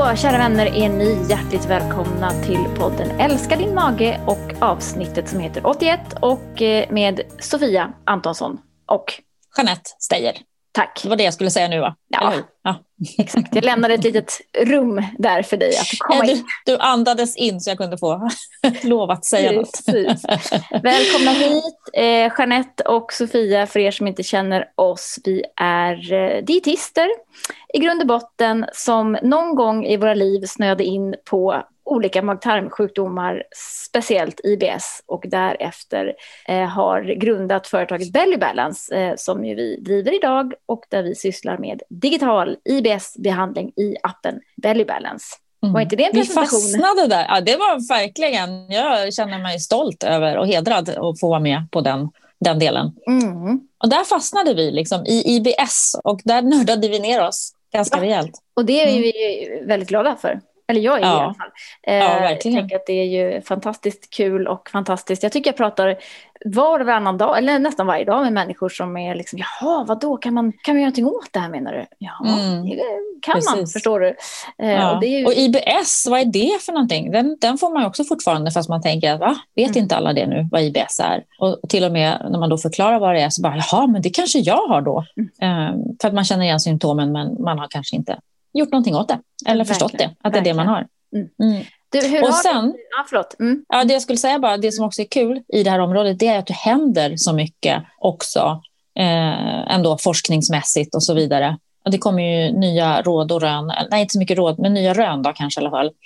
Kära vänner, är ni hjärtligt välkomna till podden Älska din mage och avsnittet som heter 81 och med Sofia Antonsson och Jeanette Steyer. Tack. Det var det jag skulle säga nu, va? Ja, exakt. Jag lämnade ett litet rum där för dig att komma in. Du andades in så jag kunde få lov att säga något. Välkomna hit, Jeanette och Sofia, för er som inte känner oss. Vi är dietister i grund och botten som någon gång i våra liv snöade in på olika mag-tarmsjukdomar, speciellt IBS, och därefter har grundat företaget Belly Balance som ju vi driver idag och där vi sysslar med digital IBS-behandling i appen Belly Balance. Var inte det en presentation? Vi fastnade där. Ja, det var verkligen, jag känner mig stolt över och hedrad att få vara med på den delen. Och där fastnade vi liksom i IBS och där nördade vi ner oss ganska rejält. Och det är vi väldigt glada för. Eller jag är i alla fall. Verkligen. Jag tänker att det är ju fantastiskt kul och fantastiskt. Jag tycker jag pratar var och varannan dag, eller nästan varje dag, med människor som är liksom, jaha, vadå, kan man göra någonting åt det här, menar du? Ja, det kan precis. Man, förstår du. Och, det är ju... och IBS, vad är det för någonting? Den får man ju också fortfarande, fast man tänker att vet inte alla det nu, vad IBS är? Och till och med när man då förklarar vad det är så bara, jaha, men det kanske jag har då. För att man känner igen symptomen, men man har kanske inte gjort någonting åt det. Eller förstått det, att det är det man har. Du, hur och sen, det jag skulle säga bara, det som också är kul i det här området, det är att det händer så mycket också ändå forskningsmässigt och så vidare. Och det kommer ju nya råd och rön, nej inte så mycket råd, men nya rön då kanske i alla fall,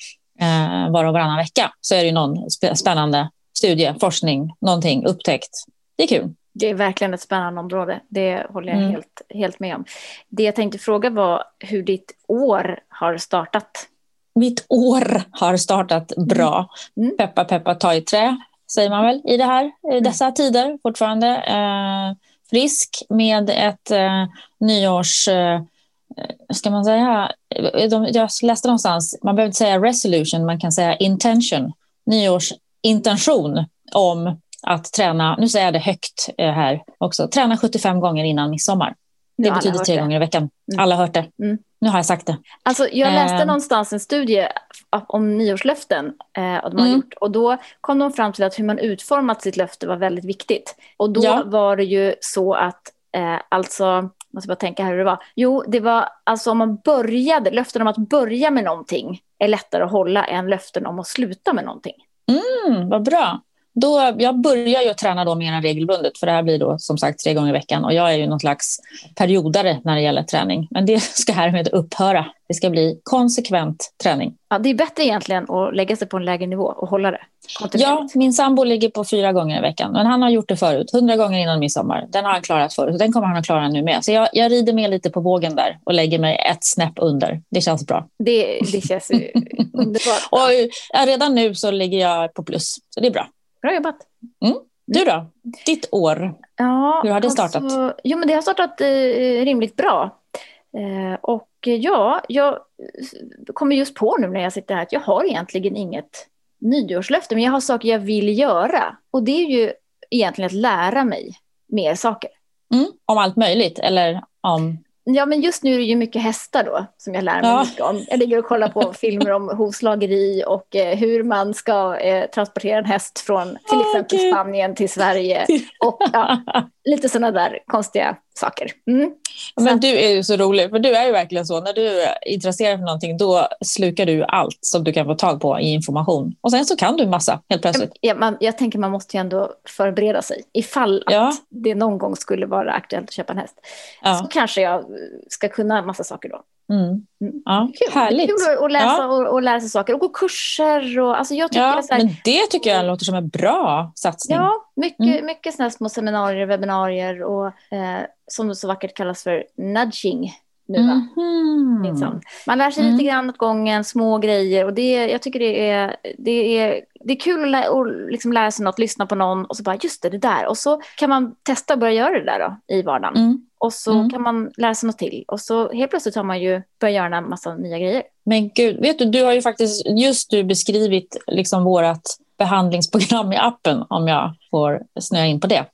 var och varannan vecka. Så är det ju någon spännande studie, forskning, någonting upptäckt. Det är kul. Det är verkligen ett spännande område. Det håller jag helt med om. Det jag tänkte fråga var hur ditt år har startat. Mitt år har startat bra. Peppa, peppa, ta i trä, säger man väl i dessa tider fortfarande. Frisk med ett nyårs... ska man säga? Jag läste någonstans, man behöver inte säga resolution, man kan säga intention. Nyårsintention om att träna, nu säger jag det högt här också, träna 75 gånger innan midsommar. Det betyder 3 gånger i veckan. Alla har hört det. Nu har jag sagt det. Alltså, jag läste någonstans en studie om nyårslöften och de har gjort. Och då kom de fram till att hur man utformat sitt löfte var väldigt viktigt. Och då var det ju så att, alltså, måste bara tänka här hur det var. Jo, det var alltså om man började, löften om att börja med någonting är lättare att hålla än löften om att sluta med någonting. Vad bra. Jag börjar ju att träna då mer än regelbundet, för det här blir då som sagt 3 gånger i veckan och jag är ju någon slags periodare när det gäller träning, men det ska härmed upphöra. Det ska bli konsekvent träning. Ja, det är bättre egentligen att lägga sig på en lägre nivå och hålla det. Ja, min sambo ligger på 4 gånger i veckan, men han har gjort det förut, 100 gånger innan midsommar. Den har han klarat förut och den kommer han att klara nu med. Så jag rider med lite på vågen där och lägger mig ett snäpp under. Det känns bra. Det känns ju underbart. Och redan nu så ligger jag på plus, så det är bra. Bra jobbat. Du då? Ditt år. Ja, hur har det startat? Alltså, men det har startat rimligt bra. Och jag kommer just på nu när jag sitter här att jag har egentligen inget nyårslöfte, men jag har saker jag vill göra. Och det är ju egentligen att lära mig mer saker. Om allt möjligt, eller om... Ja, men just nu är det ju mycket hästar då som jag lär mig mycket om. Jag ligger och kollar på filmer om hovslageri och hur man ska transportera en häst från till exempel Spanien till Sverige. Och lite sådana där konstiga saker. Men du är ju så rolig, för du är ju verkligen så. När du är intresserad för någonting, då slukar du allt som du kan få tag på i information. Och sen så kan du massa, helt plötsligt. Jag tänker man måste ju ändå förbereda sig. Ifall att det någon gång skulle vara aktuellt att köpa en häst. Så kanske jag ska kunna massa saker då. Ja, härligt. Kul att läsa och lära sig saker och gå kurser. Och, alltså jag tycker men det tycker jag låter som en bra satsning. Ja, mycket sådana små seminarier, webbinarier och som så vackert kallas för nudging nu, va? Man lär sig lite grann åt gången, små grejer, och jag tycker det är kul att liksom lära sig något, lyssna på någon och så bara just det där, och så kan man testa att börja göra det där då, i vardagen. Och så kan man lära sig något till. Och så helt plötsligt har man ju börjat göra en massa nya grejer. Men gud, vet du har ju faktiskt just beskrivit liksom vårat behandlingsprogram i appen, om jag får snöa in på det.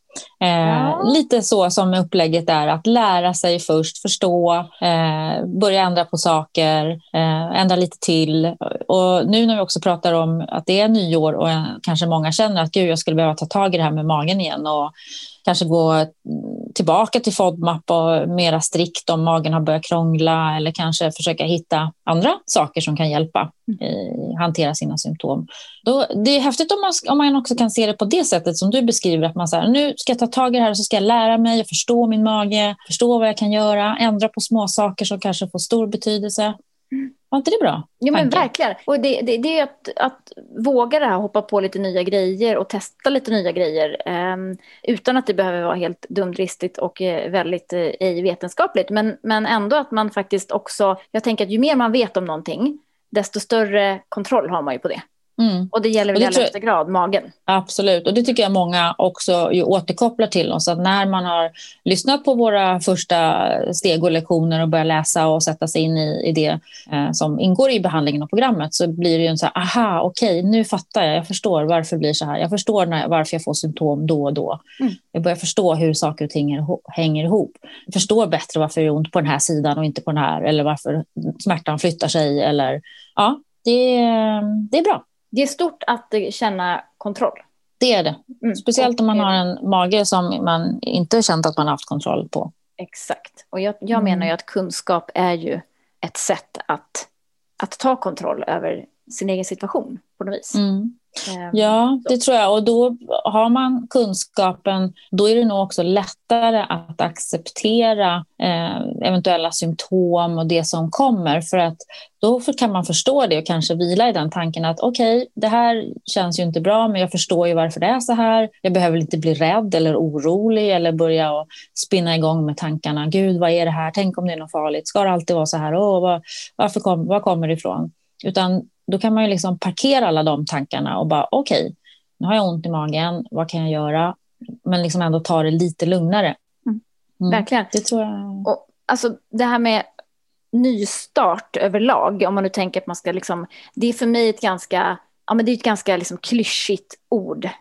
Lite så som upplägget är, att lära sig först, förstå, börja ändra på saker, ändra lite till. Och nu när vi också pratar om att det är nyår och kanske många känner att gud, jag skulle behöva ta tag i det här med magen igen och kanske gå tillbaka till FODMAP och mera strikt om magen har börjat krångla, eller kanske försöka hitta andra saker som kan hjälpa hantera sina symptom. Det är häftigt om man också kan se det på det sättet som du beskriver, att man säger nu ska jag ta tag i det här och så ska jag lära mig, förstå min mage, förstå vad jag kan göra, ändra på små saker som kanske får stor betydelse. Var inte det bra? Jo, men verkligen. Och det är att våga det här, hoppa på lite nya grejer och testa lite nya grejer utan att det behöver vara helt dumdristigt och väldigt ej vetenskapligt. Men ändå att man faktiskt också, jag tänker att ju mer man vet om någonting, desto större kontroll har man ju på det. Och det gäller väl i allra högsta grad magen. Absolut, och det tycker jag många också ju återkopplar till oss, att när man har lyssnat på våra första steg och lektioner och börjar läsa och sätta sig in i det som ingår i behandlingen och programmet, så blir det ju en så här, aha, okej, nu fattar jag förstår varför det blir så här, jag förstår varför jag får symptom då och då. Jag börjar förstå hur saker och ting hänger ihop. Jag förstår bättre varför det är ont på den här sidan och inte på den här, eller varför smärtan flyttar sig, eller ja, det är bra. Det är stort att känna kontroll. Det är det. Speciellt om man har en mage som man inte känt att man har haft kontroll på. Exakt. Och jag menar ju att kunskap är ju ett sätt att ta kontroll över sin egen situation på något vis. Ja, det tror jag. Och då har man kunskapen, då är det nog också lättare att acceptera eventuella symptom och det som kommer. För att då kan man förstå det och kanske vila i den tanken att okej, det här känns ju inte bra, men jag förstår ju varför det är så här. Jag behöver inte bli rädd eller orolig eller börja och spinna igång med tankarna. Gud, vad är det här? Tänk om det är något farligt. Ska det alltid vara så här? Var kommer det ifrån? Utan då kan man ju liksom parkera alla de tankarna och bara okej, nu har jag ont i magen, vad kan jag göra? Men liksom ändå ta det lite lugnare. Verkligen. Det tror jag. Och, alltså det här med nystart överlag, om man nu tänker att man ska liksom, det är för mig ett ganska liksom klyschigt ord.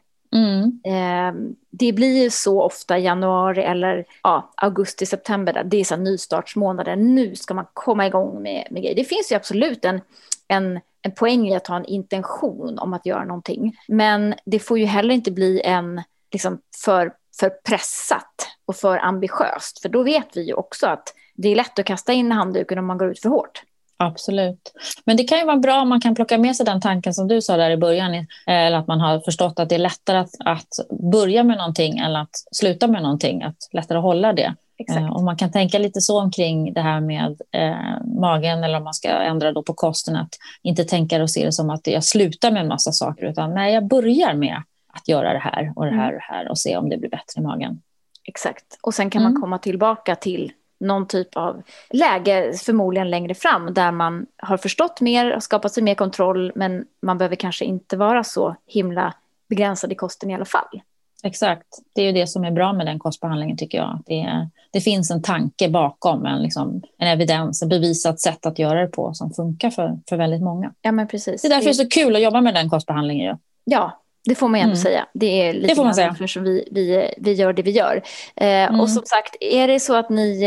Det blir ju så ofta januari eller augusti, september där. Det är så här nystartsmånader. Nu ska man komma igång med grejer. Det finns ju absolut en poäng i att ha en intention om att göra någonting. Men det får ju heller inte bli liksom för pressat och för ambitiöst. För då vet vi ju också att det är lätt att kasta in handduken om man går ut för hårt. Absolut. Men det kan ju vara bra om man kan plocka med sig den tanken som du sa där i början. Eller att man har förstått att det är lättare att börja med någonting än att sluta med någonting. Att lättare hålla det. Och man kan tänka lite så omkring det här med magen, eller om man ska ändra då på kosten, att inte tänka och se det som att jag slutar med en massa saker, utan nej, jag börjar med att göra det här och det här och det här och se om det blir bättre i magen. Exakt. Och sen kan man komma tillbaka till någon typ av läge förmodligen längre fram där man har förstått mer och skapat sig mer kontroll, men man behöver kanske inte vara så himla begränsad i kosten i alla fall. Exakt, det är ju det som är bra med den kostbehandlingen, tycker jag. Det finns en tanke bakom, en evidens, ett bevisat sätt att göra det på som funkar för väldigt många. Ja, men precis. Det är därför det är så kul att jobba med den kostbehandlingen. Ja, det får man ändå säga. Det är lite därför som vi gör det vi gör. Och som sagt, är det så att ni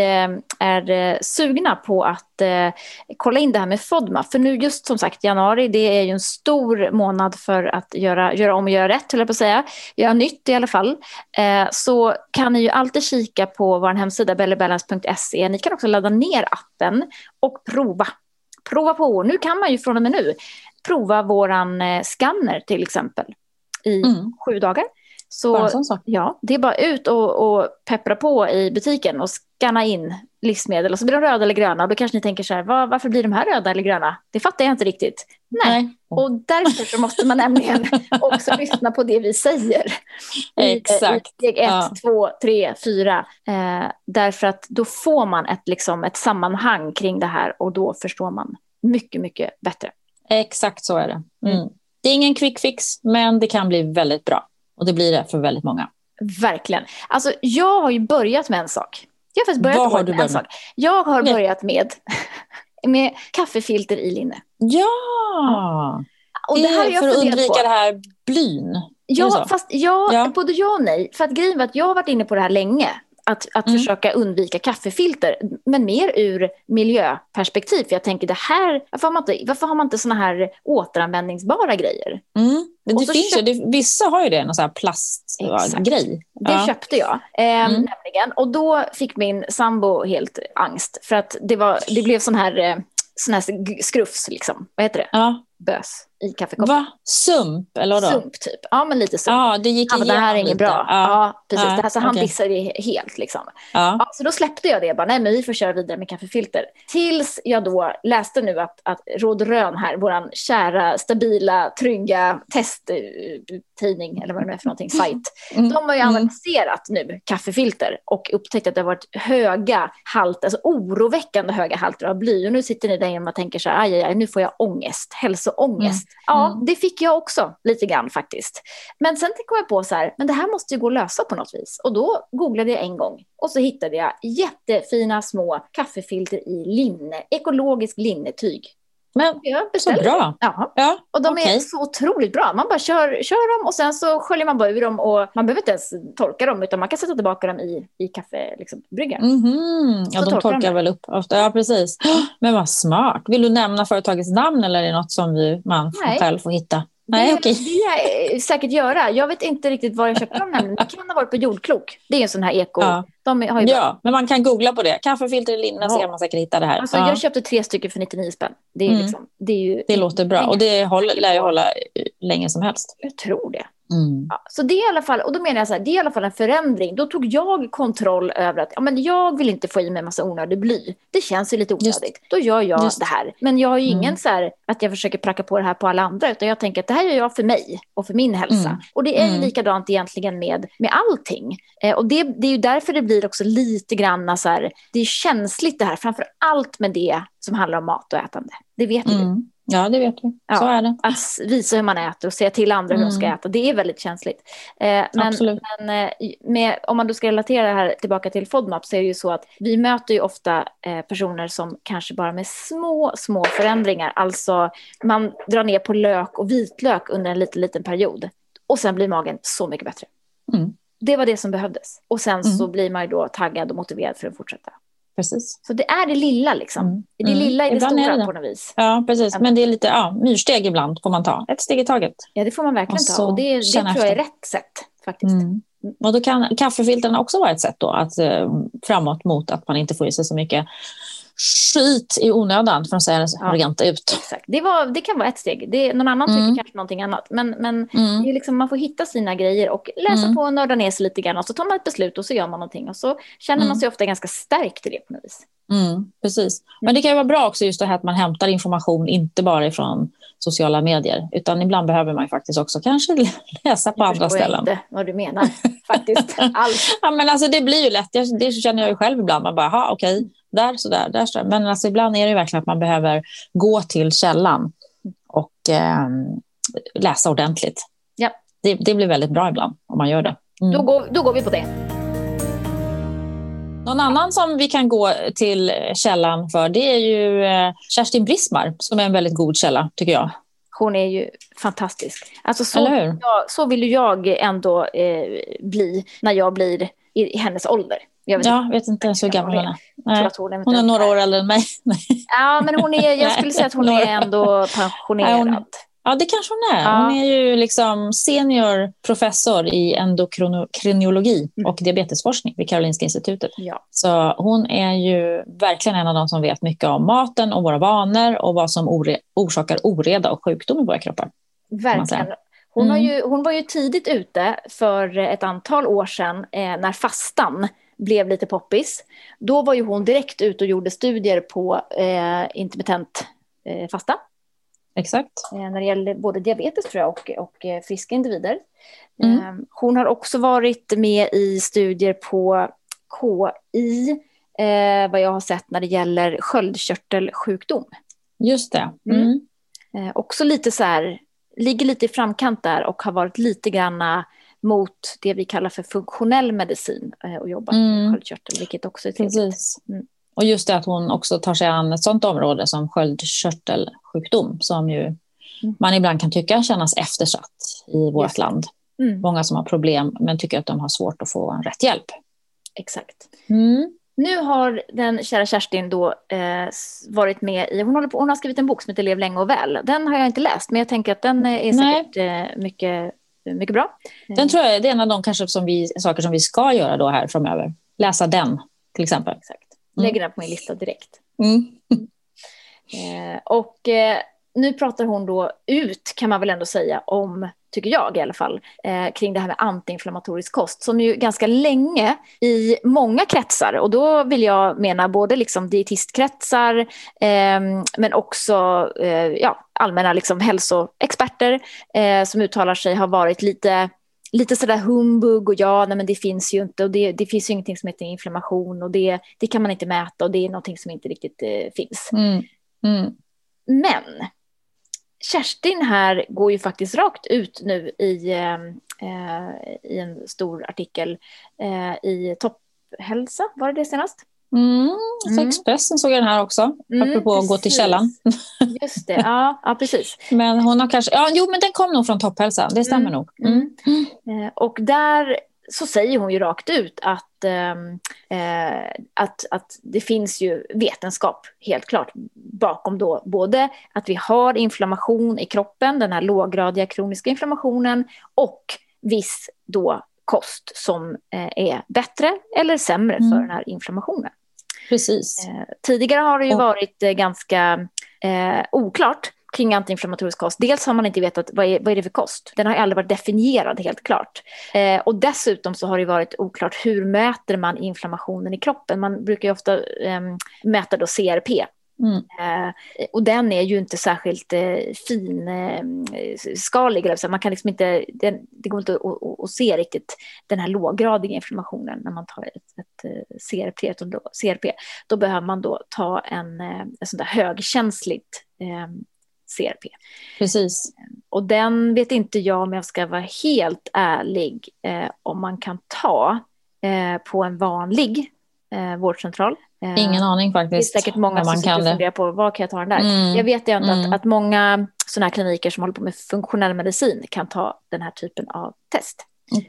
är sugna på att kolla in det här med FODMAP. För nu just som sagt, januari, det är ju en stor månad för att göra om och göra rätt, höll jag på att säga. Göra nytt i alla fall. Så kan ni ju alltid kika på vår hemsida bellybalance.se. Ni kan också ladda ner appen och prova. Prova på. Nu kan man ju från och med nu prova våran scanner till exempel i 7 dagar. Så ja, det är bara ut och peppra på i butiken och scanna in livsmedel, och så blir de röda eller gröna, och då kanske ni tänker så här, varför blir de här röda eller gröna? Det fattar jag inte riktigt. Nej. Och därför så måste man nämligen också lyssna på det vi säger. Exakt. I steg 1, 2, 3, 4. Därför att då får man ett sammanhang kring det här, och då förstår man mycket, mycket bättre. Exakt så är det. Det är ingen quick fix, men det kan bli väldigt bra. Och det blir det för väldigt många. Verkligen. Alltså, jag har ju börjat med en sak. Vad har du börjat med? Jag har börjat med kaffefilter i linne. Ja! Och det här har jag för att funderat undvika på. det här blyn. Ja, fast både ja och nej. För att grejen var att jag har varit inne på det här länge. Att försöka undvika kaffefilter. Men mer ur miljöperspektiv. För jag tänker, det här, varför har man inte såna här återanvändningsbara grejer? Men det finns vissa har ju det, någon sån här plastgrej. Det köpte jag nämligen. Och då fick min sambo helt angst. För att det blev sån här skrufs liksom. Vad heter det? Ja. Bös i kaffekoppen. Va? Sump eller vadå? Sump typ. Ja, men lite sump. Ja, det gick igenom. Det här är inget lite. bra. Ja, precis. Ja, det här, så han dissade det helt liksom. Ja, så då släppte jag det. Bara, nej, men vi får köra vidare med kaffefilter. Tills jag då läste nu att Råd Rön här, våran kära, stabila, trygga testtidning, eller vad det nu är för någonting, sajt. De har ju analyserat nu kaffefilter och upptäckt att det har varit höga halter, alltså oroväckande höga halter av bly. Och nu sitter ni där och man tänker så här, aj, nu får jag ångest, hälsoångest. Ja, det fick jag också lite grann faktiskt. Men sen kom jag på så här, men det här måste ju gå att lösa på något vis. Och då googlade jag en gång och så hittade jag jättefina små kaffefilter i linne, ekologisk linnetyg. Men så bra. Ja. Och de är så otroligt bra. Man bara kör dem och sen så sköljer man bara ur dem och man behöver inte ens torka dem utan man kan sätta tillbaka dem i kaffe liksom, bryggan. Ja, de torkar väl upp ofta. Ja, precis. Men vad smart. Vill du nämna företagets namn eller är det något som man själv får hitta? Nej, det jag säkert göra. Jag vet inte riktigt var jag köpte dem nämligen. Det kan ha varit på Jordklok. Det är en sån här eko. Ja. De har ju men man kan googla på det. Kaffefilter i linne så kan man säkert hitta det här. Alltså, jag köpte 3 stycken för 99 spänn. Det är liksom, det låter bra. Och det lär ju hålla länge som helst. Jag tror det. Ja, så det är i alla fall, och då menar jag så här, det är i alla fall en förändring. Då tog jag kontroll över att men jag vill inte få i mig en massa onödig bly. Det känns ju lite onödigt. Då gör jag det här. Men jag har ju ingen så här att jag försöker pracka på det här på alla andra, utan jag tänker att det här gör jag för mig och för min hälsa. Och det är ju likadant egentligen med allting. Och det är ju därför det blir också lite grann så här, det är känsligt det här, framför allt med det som handlar om mat och ätande. Det vet du. Ja, det vet vi. Så är det. Att visa hur man äter och säga till andra hur de ska äta, det är väldigt känsligt. Men om man då ska relatera det här tillbaka till FODMAP så är det ju så att vi möter ju ofta personer som kanske bara med små förändringar, alltså man drar ner på lök och vitlök under en liten period och sen blir magen så mycket bättre. Det var det som behövdes. Och sen så blir man ju då taggad och motiverad för att fortsätta. Precis. Så det är det lilla liksom. Det lilla är det stora på något vis. Ja, precis. Men det är lite myrsteg ibland får man ta. Ett steg i taget. Ja, det får man verkligen ta. Och det tror jag är rätt sätt faktiskt. Och då kan kaffefilterna också vara ett sätt då att framåt mot att man inte får i sig så mycket skit i onödan för att säga rent ut. Exakt. Det kan vara ett steg. Någon annan tycker kanske någonting annat. Men det är liksom, man får hitta sina grejer och läsa på och nörda ner sig lite grann. Och så tar man ett beslut och så gör man någonting. Och så känner man sig ofta ganska stärkt i det på något vis. Precis. Men det kan ju vara bra också just det här att man hämtar information inte bara ifrån sociala medier. Utan ibland behöver man ju faktiskt också kanske läsa på andra ställen. Jag förstår inte vad du menar faktiskt. Ja, men alltså det blir ju lätt. Det känner jag ju själv ibland. Man bara, okej. Där sådär. Men alltså, ibland är det ju verkligen att man behöver gå till källan och läsa ordentligt. Ja. Det blir väldigt bra ibland om man gör det. Då går vi på det. Någon annan som vi kan gå till källan för, det är ju Kerstin Brismar som är en väldigt god källa tycker jag. Hon är ju fantastisk. Alltså så vill ju jag ändå bli när jag blir i hennes ålder. Jag vet inte ens hur gammal hon är. Hon är några år äldre än mig. Ja, men jag skulle säga att hon är ändå pensionerad. Ja, det kanske hon är. Hon är ju liksom senior professor i endokrinologi och diabetesforskning vid Karolinska institutet. Ja. Så hon är ju verkligen en av de som vet mycket om maten och våra vanor och vad som orsakar oreda och sjukdom i våra kroppar. Verkligen. Hon var ju tidigt ute för ett antal år sedan när fastan blev lite poppis. Då var ju hon direkt ut och gjorde studier på intermittent fasta. Exakt. När det gäller både diabetes tror jag och friska individer. Hon har också varit med i studier på KI vad jag har sett när det gäller sköldkörtelsjukdom. Just det. Också lite så här, ligger lite i framkant där och har varit lite granna mot det vi kallar för funktionell medicin och jobbat med sköldkörtel, vilket också är trevligt. Och just det att hon också tar sig an ett sånt område som sköldkörtelsjukdom som ju man ibland kan tycka kännas eftersatt i vårt land. Många som har problem men tycker att de har svårt att få rätt hjälp. Exakt. Nu har den kära Kerstin då varit med i, hon har skrivit en bok som heter Lev länge och väl. Den har jag inte läst, men jag tänker att den är säkert mycket bra. Den tror jag är en av de kanske saker som vi ska göra då här framöver. Läsa den till exempel. Exakt. Lägger den på min lista direkt. Nu pratar hon då ut, kan man väl ändå säga, om, tycker jag i alla fall, kring det här med antiinflammatorisk kost, som ju ganska länge i många kretsar, och då vill jag mena både liksom dietistkretsar men också allmänna liksom hälsoexperter som uttalar sig, har varit lite sådär humbug och men det finns ju inte, och det finns ju ingenting som heter inflammation, och det kan man inte mäta, och det är någonting som inte riktigt finns. Men Kerstin här går ju faktiskt rakt ut nu i en stor artikel i Topphälsa, var det senast? Så Expressen såg jag den här också, apropå att gå till källan. Just det, ja precis. Men hon har kanske, men den kom nog från Topphälsa, det stämmer nog. Och där så säger hon ju rakt ut att det finns ju vetenskap helt klart bakom då, både att vi har inflammation i kroppen, den här låggradiga kroniska inflammationen, och viss då kost som är bättre eller sämre för den här inflammationen. Precis. Tidigare har det ju varit ganska oklart kring antiinflammatorisk kost. Dels har man inte vetat vad är det för kost. Den har aldrig varit definierad helt klart. Och dessutom så har det varit oklart hur mäter man inflammationen i kroppen. Man brukar ju ofta mäta då CRP. Och den är ju inte särskilt finskalig. Man kan liksom inte, det går inte att se riktigt den här låggradiga inflammationen när man tar ett CRP. Då behöver man då ta en sån där högkänsligt CRP. Precis. Och den vet inte jag, om jag ska vara helt ärlig, om man kan ta på en vanlig vårdcentral. Ingen aning faktiskt. Det är säkert många som sitter och funderar på, vad kan jag ta den där? Jag vet ju ändå att många sådana här kliniker som håller på med funktionell medicin kan ta den här typen av test.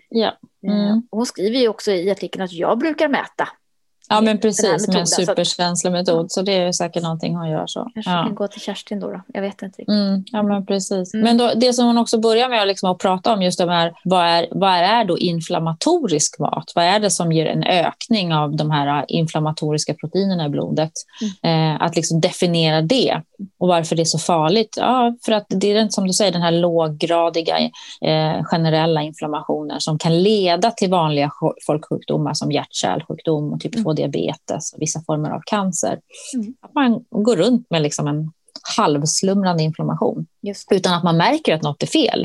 Och hon skriver ju också i artikeln att jag brukar mäta. Ja, men precis, med en superkänslometod. Så det är säkert någonting hon gör så. Kanske kan gå till Kerstin då. Jag vet inte riktigt. Ja, men precis. Men då, det som hon också börjar med liksom att prata om just de här, vad är då inflammatorisk mat? Vad är det som ger en ökning av de här inflammatoriska proteinerna i blodet? Att liksom definiera det. Och varför det är så farligt? Ja, för att det är som du säger, den här låggradiga generella inflammationen som kan leda till vanliga folksjukdomar som hjärt-kärlsjukdom och typ 2 diabetes och vissa former av cancer. Att man går runt med liksom en halvslumrande inflammation utan att man märker att något är fel.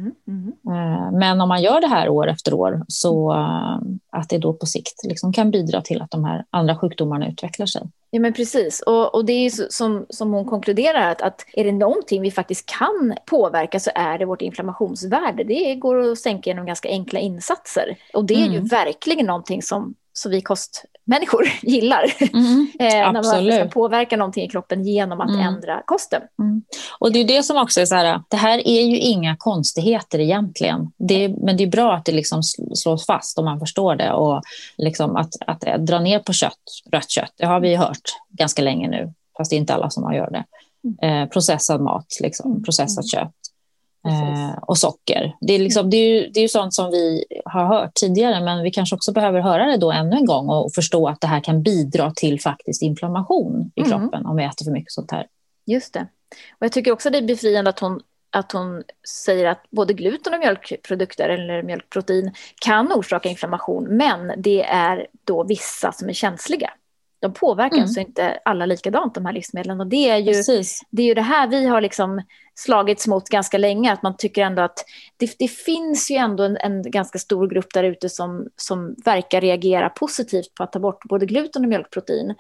Men om man gör det här år efter år, så att det då på sikt liksom kan bidra till att de här andra sjukdomarna utvecklar sig. Ja, men precis. Och det är som hon konkluderar, att är det någonting vi faktiskt kan påverka, så är det vårt inflammationsvärde. Det går att sänka genom ganska enkla insatser. Och det är ju verkligen någonting som vi kostmänniskor gillar. När man ska påverka någonting i kroppen genom att ändra kosten. Och det är det som också är så här, det här är ju inga konstigheter egentligen. Men det är bra att det liksom slås fast om man förstår det. Och liksom att dra ner på rött kött, det har vi ju hört ganska länge nu. Fast det är inte alla som har gjort det. Processad mat, liksom, processat kött. Och socker. Det är ju sånt som vi har hört tidigare, men vi kanske också behöver höra det då ännu en gång och förstå att det här kan bidra till faktiskt inflammation i kroppen om vi äter för mycket sånt här. Just det. Och jag tycker också det är befriande att hon säger att både gluten och mjölkprodukter eller mjölkprotein kan orsaka inflammation, men det är då vissa som är känsliga. De påverkar alltså inte alla likadant, de här livsmedlen. Och det är ju det här vi har liksom slagits mot ganska länge. Att man tycker ändå att det finns ju ändå en ganska stor grupp där ute som verkar reagera positivt på att ta bort både gluten och mjölkprotein.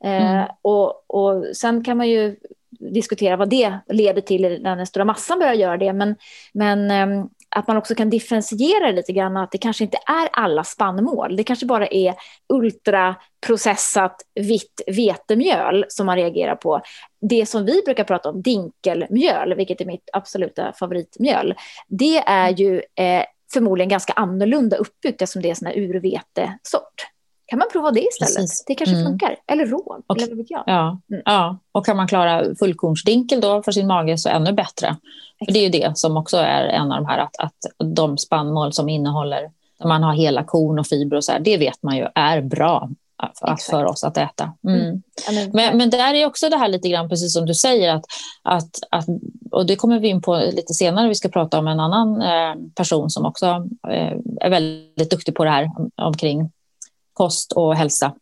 Och sen kan man ju diskutera vad det leder till när den stora massan börjar göra det. Men att man också kan differentiera lite grann, att det kanske inte är alla spannmål. Det kanske bara är ultraprocessat vitt vetemjöl som man reagerar på. Det som vi brukar prata om, dinkelmjöl, vilket är mitt absoluta favoritmjöl, det är ju förmodligen ganska annorlunda uppbyggt eftersom det är en sån här urvetesort. Kan man prova det istället? Precis. Det kanske funkar. Eller råd, eller vad vet jag. Ja, och kan man klara fullkornsdinkel då för sin mage så ännu bättre. För det är ju det som också är en av de här, att de spannmål som innehåller, där man har hela korn och fibrer och så här, det vet man ju är bra för oss att äta. Men där är också det här lite grann, precis som du säger, att och det kommer vi in på lite senare, vi ska prata om en annan person som också är väldigt duktig på det här omkring kost och hälsa.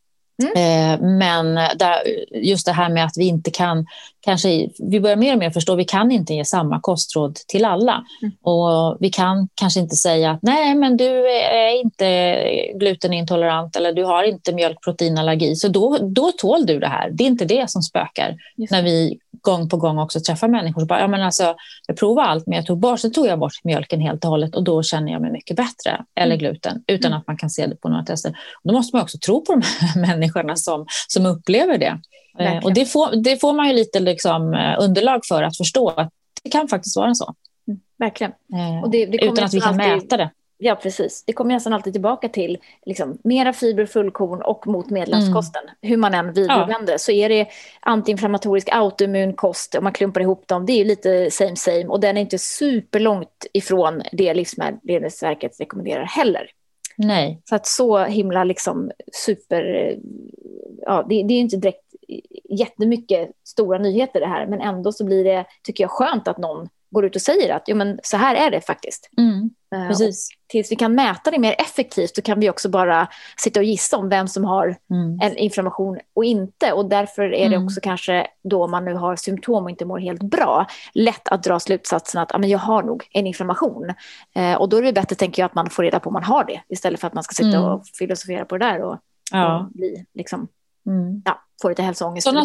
Men just det här med att vi inte kan, kanske vi börjar mer och mer förstå, vi kan inte ge samma kostråd till alla. Och vi kan kanske inte säga att nej, men du är inte glutenintolerant eller du har inte mjölkproteinallergi, så då tål du det här. Det är inte det som spökar. När vi gång på gång också träffar människor som bara, ja men alltså jag provar allt, men så tog jag bort mjölken helt och hållet och då känner jag mig mycket bättre, eller gluten, utan att man kan se det på några tester. Då måste man också tro på de här människorna som upplever det. Och det får man ju lite liksom underlag för att förstå att det kan faktiskt vara så. Verkligen. Och det utan att vi kan mäta det. Ja, precis. Det kommer nästan alltid tillbaka till liksom, mera fiber, fullkorn och mot medelhavskosten. Hur man än vidvänder så är det antiinflammatorisk autoimmun kost, om man klumpar ihop dem. Det är ju lite same, och den är inte superlångt ifrån det Livsmedelsverket rekommenderar heller. Nej. Så att så himla liksom super... Ja, det är ju inte direkt jättemycket stora nyheter det här, men ändå så blir det, tycker jag, skönt att någon går ut och säger att men så här är det faktiskt. Precis. Tills vi kan mäta det mer effektivt så kan vi också bara sitta och gissa om vem som har en inflammation och inte. Och därför är det också kanske då man nu har symptom och inte mår helt bra lätt att dra slutsatsen att men jag har nog en inflammation. Och då är det bättre, tänker jag, att man får reda på om man har det istället för att man ska sitta och filosofera på det där och bli liksom... får lite hälsoångest. Sådana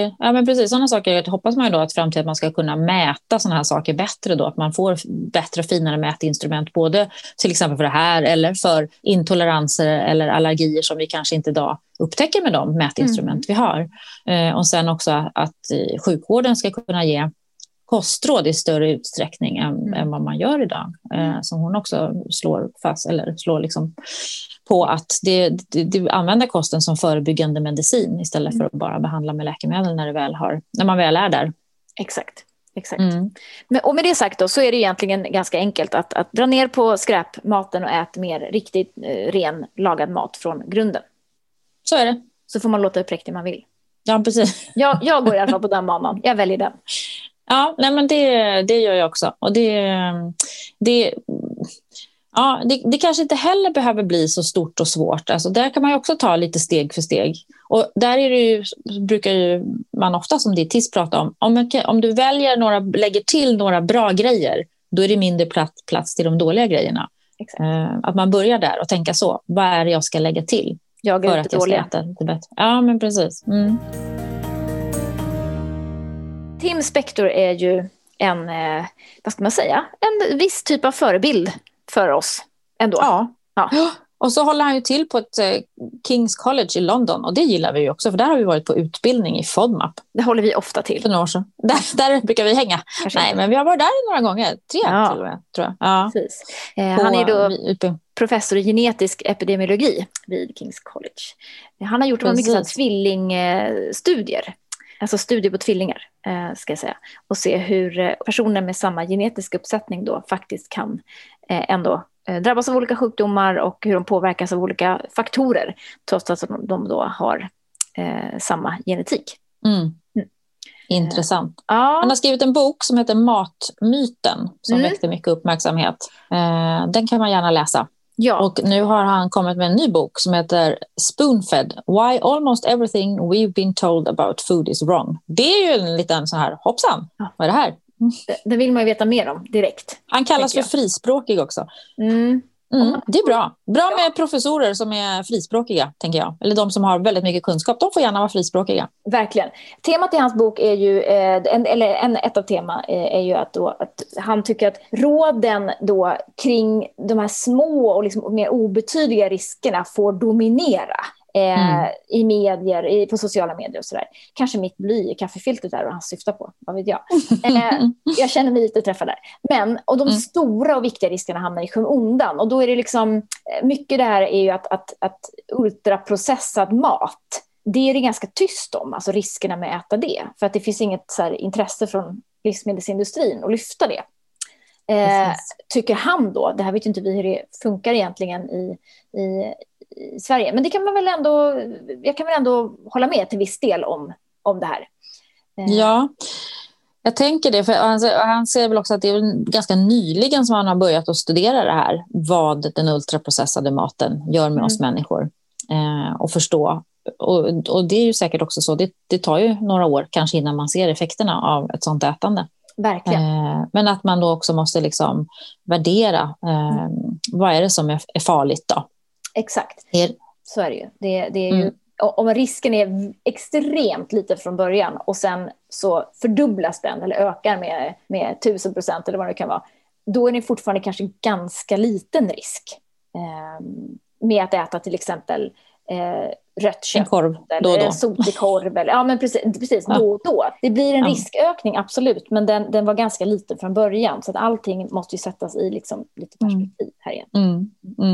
saker hoppas man ju då att framtiden man ska kunna mäta sådana här saker bättre då, att man får bättre och finare mätinstrument, både till exempel för det här eller för intoleranser eller allergier som vi kanske inte idag upptäcker med de mätinstrument vi har. Och sen också att sjukvården ska kunna ge kostråd i större utsträckning än vad man gör idag. Som hon också slår liksom på att det använder kosten som förebyggande medicin istället för att bara behandla med läkemedel när man väl är där. Exakt. Och med det sagt då, så är det egentligen ganska enkelt att dra ner på skräpmaten och äta mer riktigt ren lagad mat från grunden. Så är det. Så får man låta uppräcklig man vill. Ja, precis. Jag går i alla fall på den banan. Jag väljer den. Ja, nej, men det gör jag också. Och det kanske inte heller behöver bli så stort och svårt. Alltså, där kan man ju också ta lite steg för steg. Och där är det ju, brukar ju man ofta som dietist prata om du lägger till några bra grejer, då är det mindre plats till de dåliga grejerna. Exakt. Att man börjar där och tänka så. Vad är det jag ska lägga till för att jag ska äta lite bättre? Ja, men precis. Tim Spector är ju en viss typ av förebild för oss ändå. Ja. Och så håller han ju till på ett King's College i London, och det gillar vi ju också, för där har vi varit på utbildning i FODMAP. Det håller vi ofta till. För några år sedan. Där brukar vi hänga. Men vi har varit där några gånger. 3 till och med, tror jag. Ja. Precis. Han är då professor i genetisk epidemiologi vid King's College. Han har gjort mycket tvillingstudier. Alltså studier på tvillingar, ska jag säga. Och se hur personer med samma genetisk uppsättning då faktiskt kan ändå drabbas av olika sjukdomar och hur de påverkas av olika faktorer, trots att de då har samma genetik. Intressant. Han har skrivit en bok som heter Matmyten, som väckte mycket uppmärksamhet. Den kan man gärna läsa. Ja. Och nu har han kommit med en ny bok som heter Spoonfed, Why Almost Everything We've Been Told About Food is Wrong. Det är ju en liten sån här, hoppsan, vad är det här? Det vill man ju veta mer om direkt. Han kallas för frispråkig också. Det är bra. Bra med professorer som är frispråkiga, tänker jag. Eller de som har väldigt mycket kunskap. De får gärna vara frispråkiga. Verkligen. Temat i hans bok är ju, ett av tema är ju att han tycker att råden då kring de här små och liksom mer obetydliga riskerna får dominera. I medier, på sociala medier och sådär. Kanske mitt bly i kaffefiltret där och han syftar på, vad vet jag. Jag känner mig lite träffad där. Och de stora och viktiga riskerna hamnar i skymundan. Och då är det liksom, mycket det här är ju att ultraprocessad mat, det är det ganska tyst om, alltså riskerna med att äta det. För att det finns inget så här intresse från livsmedelsindustrin att lyfta det. Tycker han då, det här vet ju inte vi hur det funkar egentligen i Sverige. Men det kan man väl ändå, jag kan väl ändå hålla med till viss del om det här. Ja, jag tänker det. För han säger väl också att det är ganska nyligen som han har börjat att studera det här. Vad den ultraprocessade maten gör med oss människor. Och förstå. Och det är ju säkert också så. Det tar ju några år kanske innan man ser effekterna av ett sånt ätande. Verkligen. Men att man då också måste liksom värdera vad är det som är farligt då. Exakt, så är det ju. Det är ju om risken är extremt lite från början och sen så fördubblas den eller ökar med 1000% eller vad det kan vara, då är det fortfarande kanske ganska liten risk med att äta till exempel rött kött, en korv eller en sotig korv. Ja, men precis då och då. Det blir en riskökning, absolut, men den var ganska liten från början, så att allting måste ju sättas i liksom lite perspektiv här igen.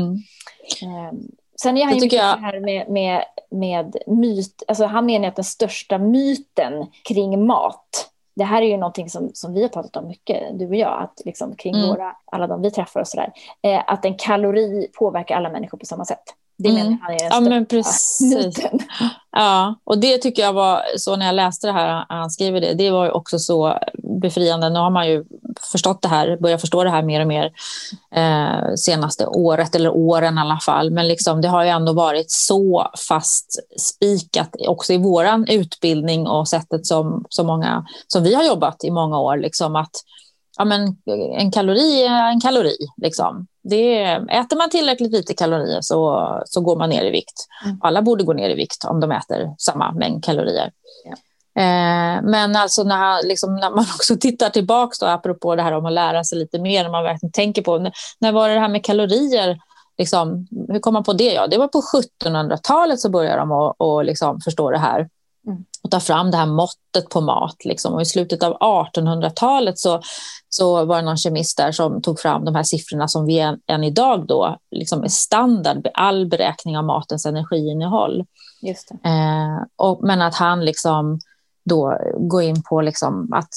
Sen är han ju mycket här med myt, alltså han menar att den största myten kring mat, det här är ju någonting som vi har pratat om mycket, du och jag, att liksom kring alla de vi träffar och sådär, att en kalori påverkar alla människor på samma sätt. Det menar han är den största myten. Ja, och det tycker jag var så när jag läste det här, han skriver det var ju också så befriande. Nu har man ju förstått det här, börjat förstå det här mer och mer senaste året eller åren i alla fall. Men liksom, det har ju ändå varit så fast spikat också i våran utbildning och sättet som vi har jobbat i många år, liksom att men en kalori är en kalori. Liksom. Äter man tillräckligt lite kalorier så går man ner i vikt. Alla borde gå ner i vikt om de äter samma mängd kalorier. Ja. Men alltså när man också tittar tillbaka då, apropå det här om att lära sig lite mer, när man verkligen tänker på när var det här med kalorier, liksom, hur kom man på det? Ja, det var på 1700-talet så började de att liksom förstå det här. Och ta fram det här måttet på mat. Liksom. Och i slutet av 1800-talet så var det någon kemist där som tog fram de här siffrorna som vi än idag då liksom är standard vid all beräkning av matens energiinnehåll. Just det. Men att han liksom då går in på liksom att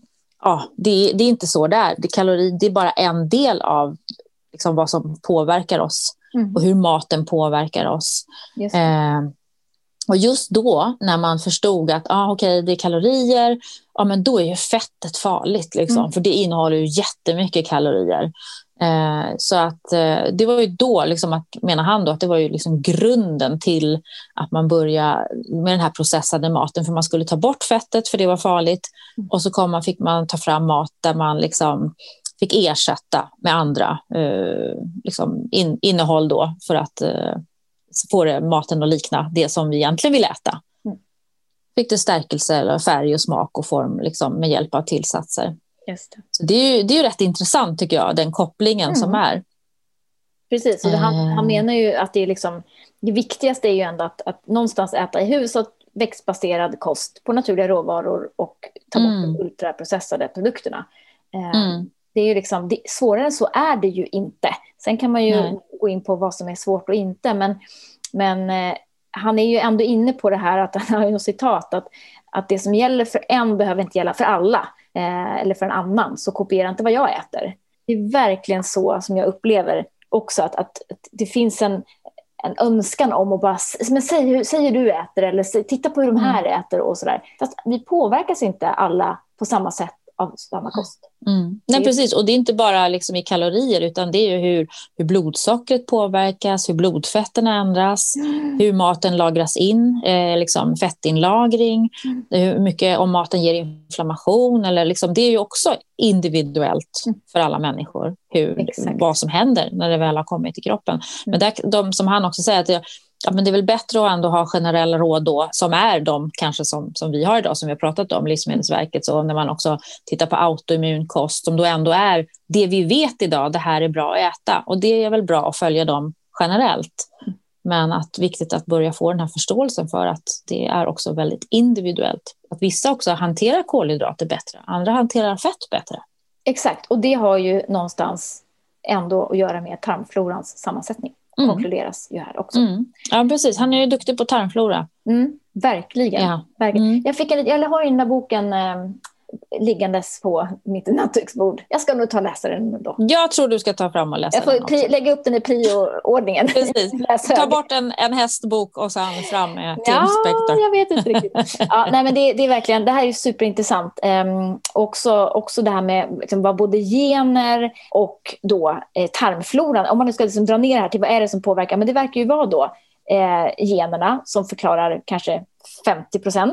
det är inte så där. Det är bara en del av liksom vad som påverkar oss och hur maten påverkar oss. Just det. Och just då när man förstod att okej, det är kalorier, men då är ju fettet farligt liksom, för det innehåller ju jättemycket kalorier. Så att det var ju då liksom menar han då att det var ju liksom grunden till att man började med den här processade maten, för man skulle ta bort fettet för det var farligt, och så fick man ta fram mat där man liksom fick ersätta med andra liksom innehåll då för att få det maten att likna det som vi egentligen vill äta. Fick det stärkelse eller färg och smak och form liksom, med hjälp av tillsatser. Just det. Så det är ju rätt intressant tycker jag, den kopplingen som är. Precis, och han menar ju att det är liksom, det viktigaste är ju ändå att någonstans äta i huvudsak växtbaserad kost på naturliga råvaror och ta bort de ultraprocessade produkterna. Det är ju liksom, svårare än så är det ju inte. Sen kan man ju gå in på vad som är svårt och inte. Men han är ju ändå inne på det här, att han har ju något citat, att det som gäller för en behöver inte gälla för alla. Eller för en annan, så kopiera inte vad jag äter. Det är verkligen så som jag upplever också, att det finns en önskan om att bara, men säg hur du äter, eller titta på hur de här äter och sådär. Fast vi påverkas inte alla på samma sätt av samma kost. Nej, precis. Och det är inte bara liksom i kalorier, utan det är ju hur blodsockret påverkas, hur blodfetterna ändras, hur maten lagras in, liksom fettinlagring, hur mycket om maten ger inflammation. Eller liksom, det är ju också individuellt för alla människor vad som händer när det väl har kommit till kroppen. Men de som han också säger att men det är väl bättre att ändå ha generella råd då, som är de kanske som vi har idag, som vi har pratat om, Livsmedelsverket, så när man också tittar på autoimmun kost, som då ändå är det vi vet idag, det här är bra att äta, och det är väl bra att följa dem generellt, men att viktigt att börja få den här förståelsen för att det är också väldigt individuellt, att vissa också hanterar kolhydrater bättre, andra hanterar fett bättre. Exakt, och det har ju någonstans ändå att göra med tarmflorans sammansättning. Konkluderas ju här också. Ja, precis. Han är ju duktig på tarmflora. Verkligen. Ja. Verkligen. Jag har ju den där boken liggandes på mitt nattduksbord. Jag ska nog ta och läsa den då. Jag tror du ska ta fram och läsa den. Jag får lägga upp den i prio-ordningen. Precis. Ta bort en hästbok och sen fram med Tim Spector. Ja, jag vet inte riktigt. Nej, men det är verkligen, det här är ju superintressant. Också det här med liksom, vad både gener och då tarmfloran. Om man nu ska liksom dra ner här till vad är det som påverkar. Men det verkar ju vara då generna som förklarar kanske 50%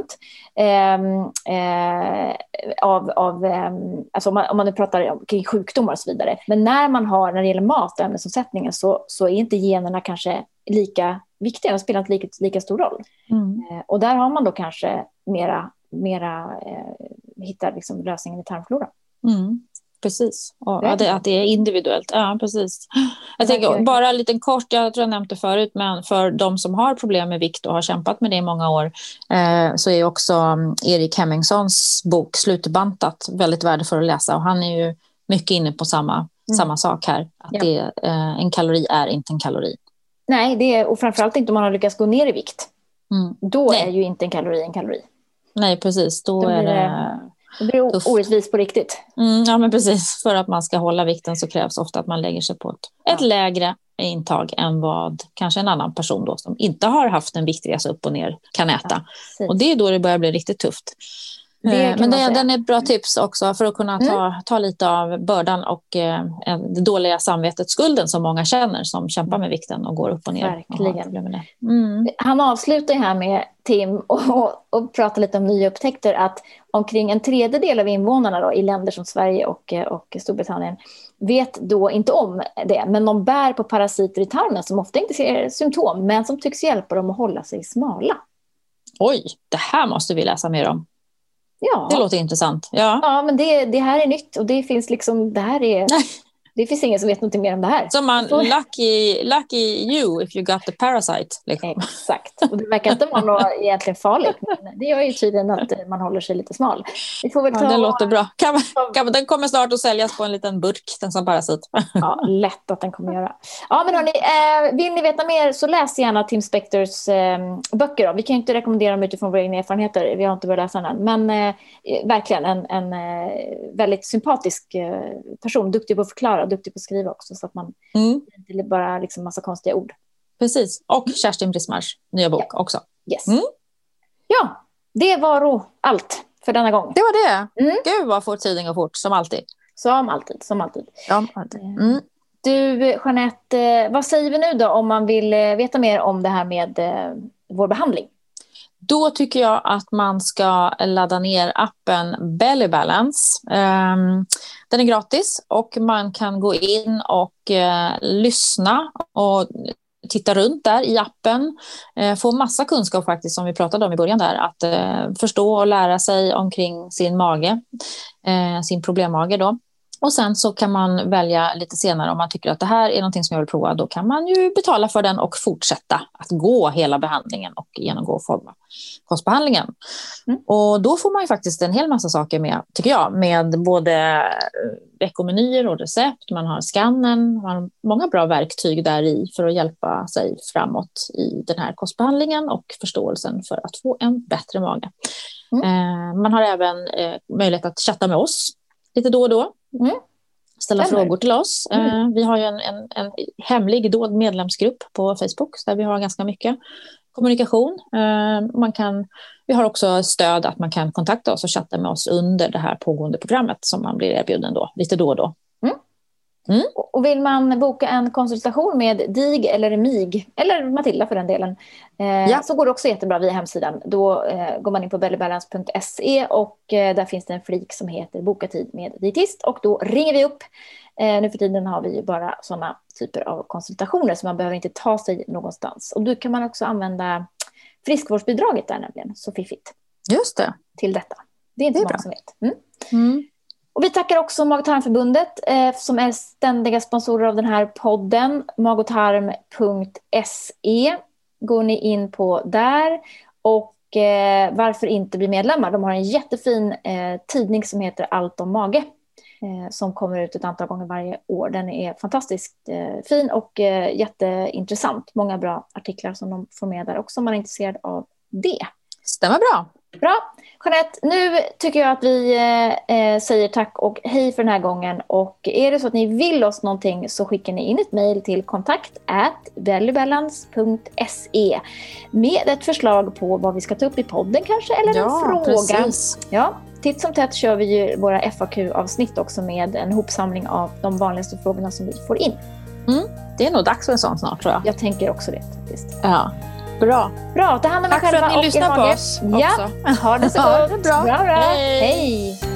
alltså om man nu pratar kring sjukdomar och så vidare. Men när det gäller mat och ämnesomsättningen så är inte generna kanske lika viktiga, de spelar inte lika stor roll. Och där har man då kanske mera hittar liksom lösningen i tarmfloran. Precis, och att det är individuellt. Ja, precis. Jag tänker bara en liten kort, jag tror jag nämnde förut, men för de som har problem med vikt och har kämpat med det i många år, så är också Erik Hemmingssons bok Slutbantat väldigt värdefull att läsa, och han är ju mycket inne på samma sak här, att en kalori är inte en kalori. Nej, och framförallt inte om man har lyckats gå ner i vikt. Då är ju inte en kalori. Nej, precis, då är det... Det blir orättvist på riktigt. Ja, men precis. För att man ska hålla vikten så krävs ofta att man lägger sig på ett lägre intag än vad kanske en annan person då, som inte har haft en viktresa upp och ner, kan äta. Och det är då det börjar bli riktigt tufft. Men den är ett bra tips också för att kunna ta lite av bördan och det dåliga samvetet, skulden som många känner som kämpar med vikten och går upp och ner. Verkligen. Han avslutar här med Tim och pratar lite om nya upptäckter, att omkring en tredjedel av invånarna då, i länder som Sverige och Storbritannien vet då inte om det, men de bär på parasiter i tarmen som ofta inte ser symptom, men som tycks hjälpa dem att hålla sig smala. Oj, det här måste vi läsa mer om. Ja. Det låter intressant. Ja, men det här är nytt, och det finns liksom, det finns ingen som vet något mer om det här. Så lucky you if you got the parasite. Liksom. Exakt, och det verkar inte vara något egentligen farligt, men det gör ju tydligen att man håller sig lite smal. Vi får väl det låter bra. Den kommer snart att säljas på en liten burk, den som parasit. Ja, lätt att den kommer göra. Ja, men hörni, vill ni veta mer så läs gärna Tim Spectors böcker då. Vi kan ju inte rekommendera dem utifrån våra egna erfarenheter, vi har inte börjat läsa den än. Men verkligen en väldigt sympatisk person, duktig på att förklara, duktig på att skriva också, så att man inte bara liksom massa konstiga ord. Precis, och Kerstin Brismars nya bok också. Yes. Ja, det var allt för denna gång. Det var det. Gud vad får tiden gå fort, som alltid. Som alltid. Du, Jeanette, vad säger vi nu då om man vill veta mer om det här med vår behandling? Då tycker jag att man ska ladda ner appen Belly Balance. Den är gratis och man kan gå in och lyssna och titta runt där i appen. Få massa kunskap faktiskt, som vi pratade om i början där. Att förstå och lära sig omkring sin mage, sin problemmage då. Och sen så kan man välja lite senare om man tycker att det här är någonting som jag vill prova. Då kan man ju betala för den och fortsätta att gå hela behandlingen och genomgå kostbehandlingen. Och då får man ju faktiskt en hel massa saker med, tycker jag. Med både veckomenyer och recept. Man har skannen. Man har många bra verktyg där i för att hjälpa sig framåt i den här kostbehandlingen och förståelsen för att få en bättre mage. Man har även möjlighet att chatta med oss lite då och då. Ställa frågor till oss. Vi har ju en hemlig dold medlemsgrupp på Facebook där vi har ganska mycket kommunikation. Vi har också stöd att man kan kontakta oss och chatta med oss under det här pågående programmet som man blir erbjuden då, lite då och då. Och vill man boka en konsultation med DIG eller MIG, eller Matilda för den delen, så går det också jättebra via hemsidan. Då går man in på bellybalance.se och där finns det en flik som heter Boka tid med dietist, och då ringer vi upp. Nu för tiden har vi ju bara sådana typer av konsultationer, så man behöver inte ta sig någonstans. Och då kan man också använda friskvårdsbidraget där nämligen, så fiffigt. Just det. Till detta. Det är inte många som vet. Och vi tackar också Mag- och tarmförbundet som är ständiga sponsorer av den här podden. magotarm.se går ni in på där. Och varför inte bli medlemmar? De har en jättefin tidning som heter Allt om mage. Som kommer ut ett antal gånger varje år. Den är fantastiskt fin och jätteintressant. Många bra artiklar som de får med där också om man är intresserad av det. Stämmer bra. Bra. Jeanette, nu tycker jag att vi säger tack och hej för den här gången. Och är det så att ni vill oss någonting så skickar ni in ett mejl till kontakt@bellybalance.se med ett förslag på vad vi ska ta upp i podden kanske, eller en fråga. Precis. Ja, titt som tätt kör vi ju våra FAQ-avsnitt också med en hopsamling av de vanligaste frågorna som vi får in. Det är nog dags för en sån snart, tror jag. Jag tänker också det faktiskt. Ja. Bra. Bra, ta hand om er själva. Tack för att ni lyssnar på oss också. Ja, ha det så gott. Ja, det är bra. Bra. Hej. Hej.